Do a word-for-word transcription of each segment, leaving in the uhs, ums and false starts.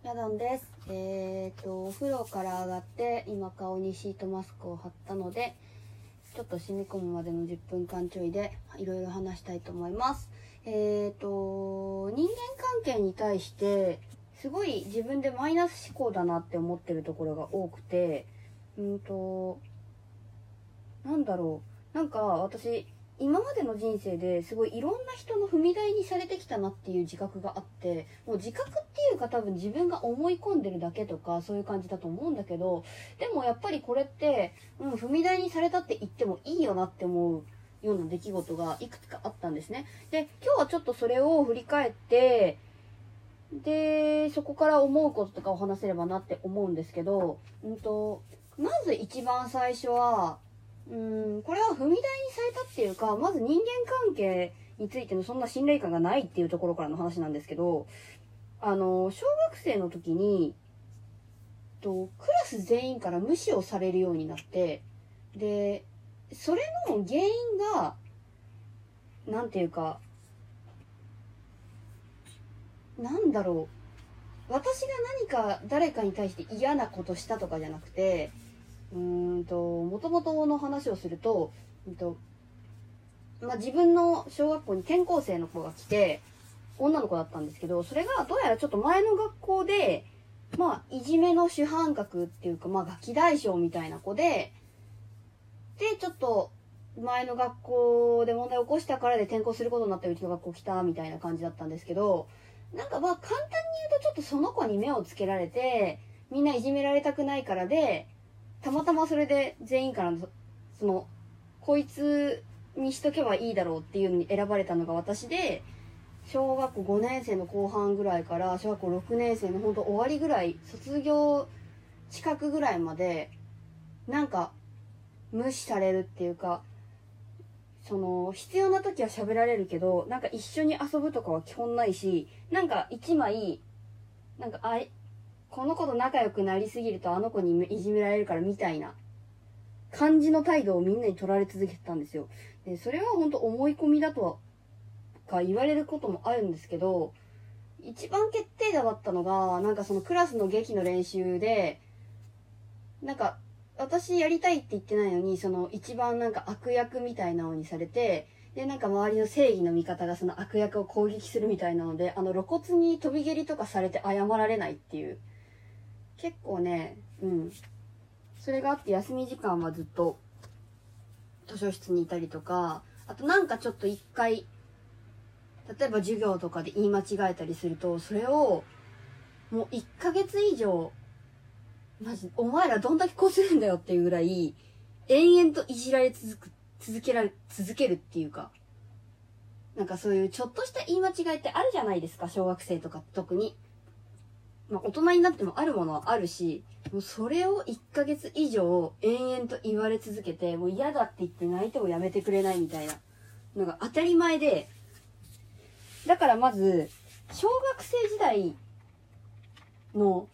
ヤドンです。えーと、お風呂から上がって、今顔にシートマスクを貼ったので、ちょっと染み込むまでのじゅっぷんかんちょいでいろいろ話したいと思います。えーと、人間関係に対して、すごい自分でマイナス思考だなって思ってるところが多くて、うんと、なんだろう。なんか私、今までの人生ですごいいろんな人の踏み台にされてきたなっていう自覚があって、もう自覚っていうか多分自分が思い込んでるだけとかそういう感じだと思うんだけど、でもやっぱりこれって、うん、踏み台にされたって言ってもいいよなって思うような出来事がいくつかあったんですね。で、今日はちょっとそれを振り返って、で、そこから思うこととかを話せればなって思うんですけど、うんと、まず一番最初は、うーん、これは踏み台にされたっていうか、まず人間関係についてのそんな信頼感がないっていうところからの話なんですけど、あの、小学生の時に、とクラス全員から無視をされるようになって、で、それの原因が、なんていうか、なんだろう。私が何か誰かに対して嫌なことしたとかじゃなくて、うーんと、もともとの話をすると、うんと、まあ、自分の小学校に転校生の子が来て、女の子だったんですけど、それがどうやらちょっと前の学校で、まあ、いじめの主犯格っていうか、まあ、ガキ大将みたいな子で、で、ちょっと、前の学校で問題を起こしたからで転校することになってうちの学校来たみたいな感じだったんですけど、なんかまあ簡単に言うとちょっとその子に目をつけられて、みんないじめられたくないからで、たまたまそれで全員からの、その、こいつにしとけばいいだろうっていうのに選ばれたのが私で、小学校ごねん生の後半ぐらいから小学校ろくねん生のほんと終わりぐらい、卒業近くぐらいまで、なんか無視されるっていうか、その必要な時は喋られるけど、なんか一緒に遊ぶとかは基本ないし、なんか一枚なんかあいこの子と仲良くなりすぎるとあの子にいじめられるからみたいな感じの態度をみんなに取られ続けてたんですよ。でそれは本当思い込みだとはか言われることもあるんですけど、一番決定打だったのが、なんかそのクラスの劇の練習で、なんか私やりたいって言ってないのに、その一番なんか悪役みたいなのにされて、でなんか周りの正義の味方がその悪役を攻撃するみたいなので、あの露骨に飛び蹴りとかされて謝られないっていう、結構ね、うんそれがあって休み時間はずっと図書室にいたりとか、あとなんかちょっと一回例えば授業とかで言い間違えたりすると、それをもういっかげつ以上、マジお前らどんだけこうするんだよっていうぐらい延々といじられ続く続けられ続けるっていうか、なんかそういうちょっとした言い間違いってあるじゃないですか、小学生とか特に。まあ大人になってもあるものはあるし、もうそれをいっかげつ以上延々と言われ続けて、もう嫌だって言って泣いてもやめてくれないみたいなのが当たり前で、だからまず小学生時代の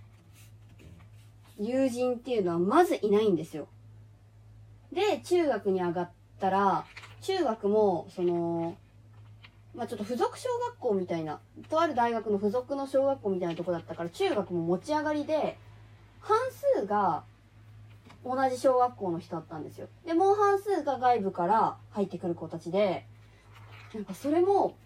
友人っていうのはまずいないんですよ。で中学に上がったら、中学もそのまあちょっと付属小学校みたいな、とある大学の付属の小学校みたいなとこだったから、中学も持ち上がりで半数が同じ小学校の人だったんですよ。でもう半数が外部から入ってくる子たちで、なんかそれも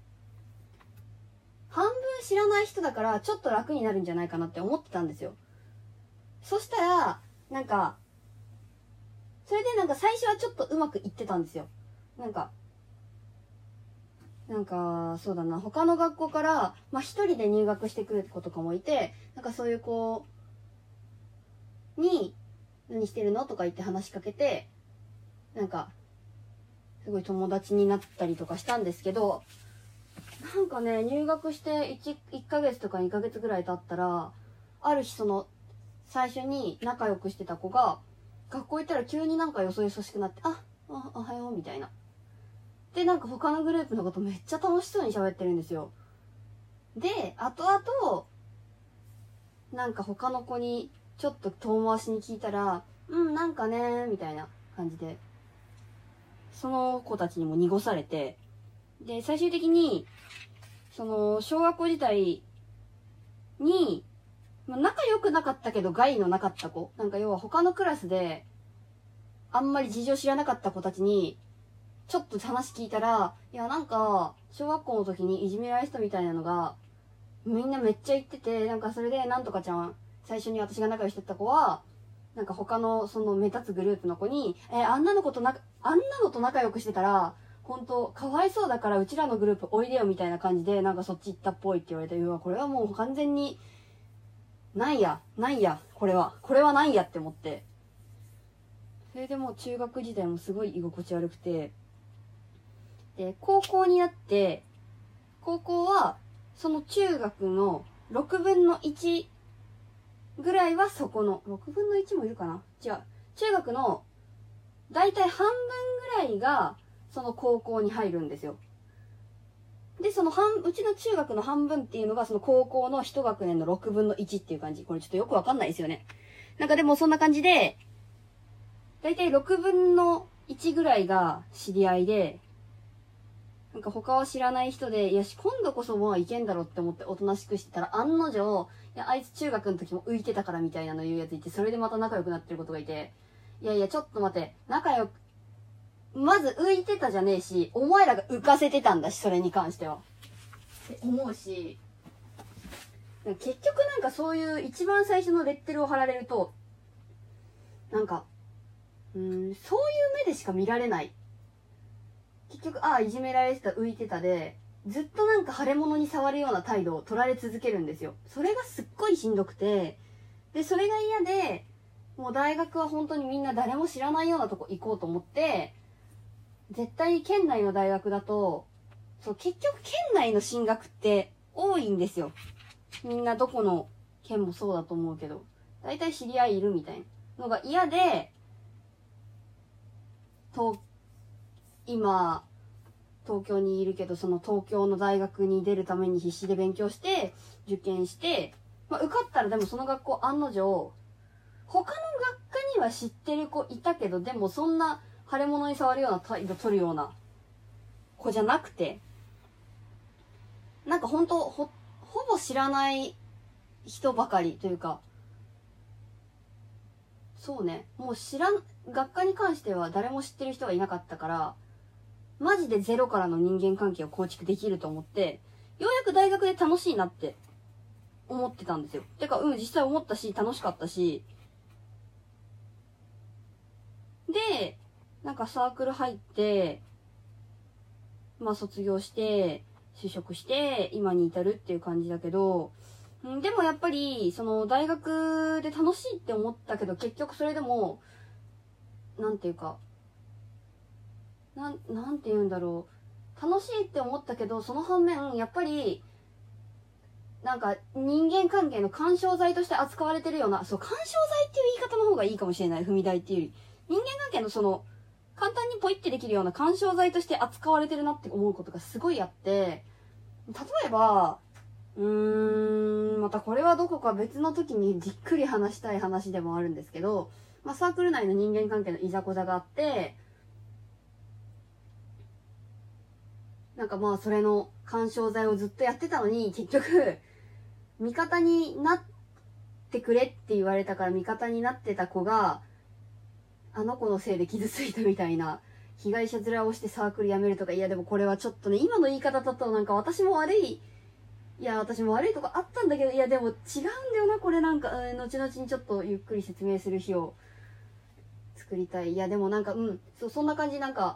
半分知らない人だからちょっと楽になるんじゃないかなって思ってたんですよ。そしたらなんかそれでなんか最初はちょっとうまくいってたんですよ。なんかなんかそうだな、他の学校からまあ一人で入学してくる子とかもいて、なんかそういう子に何してるのとか言って話しかけて、なんかすごい友達になったりとかしたんですけど、なんかね入学して 1, いっかげつとかにかげつぐらい経ったら、ある日その最初に仲良くしてた子が学校行ったら急になんかよそよそしくなって、ああおはようみたいな、でなんか他のグループのことめっちゃ楽しそうに喋ってるんですよ。で後々なんか他の子にちょっと遠回しに聞いたら、うんなんかねみたいな感じでその子たちにも濁されて、で最終的にその小学校時代に、まあ、仲良くなかったけど害のなかった子、なんか要は他のクラスであんまり事情知らなかった子たちにちょっと話聞いたら、いやなんか小学校の時にいじめられてたみたいなのがみんなめっちゃ言ってて、なんかそれでなんとかちゃん、最初に私が仲良くしてた子はなんか他のその目立つグループの子に、えあんなの子となあんなのと仲良くしてたら本当かわいそうだからうちらのグループおいでよみたいな感じでなんかそっち行ったっぽいって言われて、うわこれはもう完全にないやないやこれはこれはないやって思って、それでもう中学時代もすごい居心地悪くて、で高校になって高校はその中学のろくぶんのいちぐらいはそこのろくぶんのいちもいるかな、違う、中学のだいたい半分ぐらいがその高校に入るんですよ。でその半うちの中学の半分っていうのがその高校の一学年のろくぶんのいちっていう感じ。これちょっとよくわかんないですよね。なんかでもそんな感じでだいたいろくぶんのいちぐらいが知り合いで、なんか他は知らない人で、いやし今度こそもういけんだろって思っておとなしくしてたら、案の定いやあいつ中学の時も浮いてたからみたいなの言うやついて、それでまた仲良くなってることがいて、いやいやちょっと待って、仲良くまず浮いてたじゃねえし、お前らが浮かせてたんだし、それに関してはって思うし、結局なんかそういう一番最初のレッテルを貼られると、なんかうーんそういう目でしか見られない。結局ああいじめられてた浮いてたでずっとなんか腫れ物に触るような態度を取られ続けるんですよ。それがすっごいしんどくて、でそれが嫌で、もう大学は本当にみんな誰も知らないようなとこ行こうと思って、絶対県内の大学だとそう結局県内の進学って多いんですよ。みんなどこの県もそうだと思うけど、大体知り合いいるみたいなのが嫌で、と今東京にいるけど、その東京の大学に出るために必死で勉強して受験して、まあ、受かったらでもその学校案の定他の学科には知ってる子いたけど、でもそんな腫れ物に触るような態度取るような子じゃなくて、なんかほんと ほ, ほぼ知らない人ばかりというか、そうね、もう知らん学科に関しては誰も知ってる人がいなかったから、マジでゼロからの人間関係を構築できると思って、ようやく大学で楽しいなって思ってたんですよ。てかうん実際思ったし楽しかったし、でなんかサークル入ってまあ卒業して就職して今に至るっていう感じだけど、んでもやっぱりその大学で楽しいって思ったけど、結局それでもなんていうかなんなんて言うんだろう、楽しいって思ったけど、その反面やっぱりなんか人間関係の干渉剤として扱われてるような、そう干渉剤っていう言い方の方がいいかもしれない、踏み台っていうより人間関係のその簡単にポイってできるような干渉剤として扱われてるなって思うことがすごいあって、例えばうーんまたこれはどこか別の時にじっくり話したい話でもあるんですけど、まあ、サークル内の人間関係のいざこざがあって、なんかまあそれの干渉剤をずっとやってたのに、結局味方になってくれって言われたから味方になってた子があの子のせいで傷ついたみたいな被害者面をしてサークル辞めるとか、いやでもこれはちょっとね、今の言い方だとなんか私も悪い、いや私も悪いとこあったんだけど、いやでも違うんだよなこれ、なんか、うん、後々にちょっとゆっくり説明する日を作りたい。いやでもなんかうんそうそんな感じ、なんか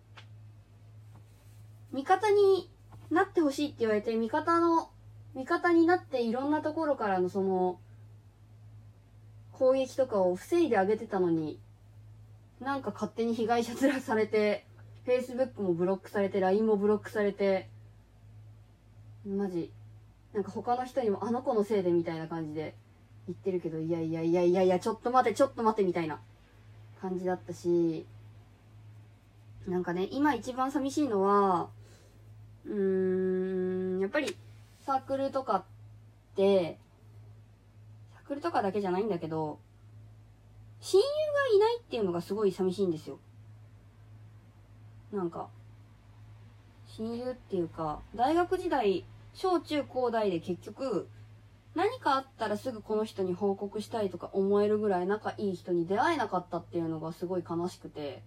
味方になってほしいって言われて、味方の味方になっていろんなところからのその攻撃とかを防いであげてたのに、なんか勝手に被害者面されて Facebook もブロックされて ライン もブロックされて、マジなんか他の人にもあの子のせいでみたいな感じで言ってるけど、いやいやいやいやいやちょっと待てちょっと待てみたいな感じだったし、なんかね今一番寂しいのはうーんやっぱりサークルとかってサークルとかだけじゃないんだけど、親友がいないっていうのがすごい寂しいんですよ。なんか親友っていうか、大学時代小中高大で結局何かあったらすぐこの人に報告したいとか思えるぐらい仲いい人に出会えなかったっていうのがすごい悲しくて、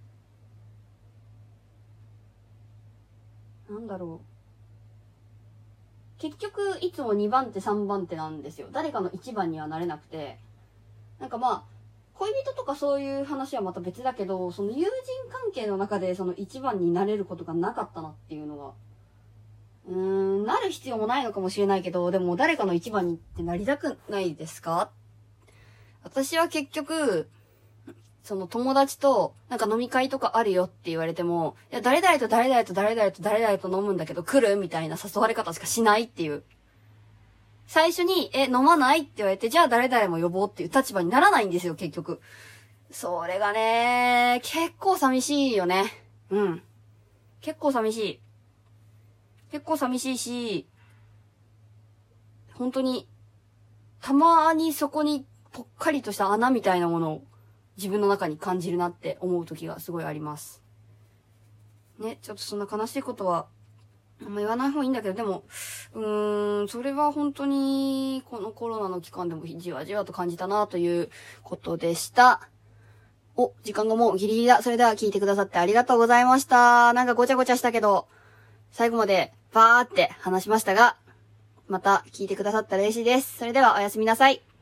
なんだろう。結局、いつもにばん手さんばん手なんですよ。誰かのいちばんにはなれなくて。なんかまあ、恋人とかそういう話はまた別だけど、その友人関係の中でそのいちばんになれることがなかったなっていうのが、うーん、なる必要もないのかもしれないけど、でも誰かのいちばんにってなりたくないですか？私は結局、その友達となんか飲み会とかあるよって言われても、いや、誰々と誰々と誰々と誰々と飲むんだけど来るみたいな誘われ方しかしないっていう。最初に、え、飲まないって言われて、じゃあ誰々も呼ぼうっていう立場にならないんですよ、結局。それがね、結構寂しいよね。うん。結構寂しい。結構寂しいし、本当に、たまにそこにぽっかりとした穴みたいなものを自分の中に感じるなって思う時がすごいあります。ね、ちょっとそんな悲しいことは、あんま言わない方がいいんだけど、でも、うーん、それは本当に、このコロナの期間でもじわじわと感じたなということでした。お、時間がもうギリギリだ。それでは聞いてくださってありがとうございました。なんかごちゃごちゃしたけど、最後までバーって話しましたが、また聞いてくださったら嬉しいです。それではおやすみなさい。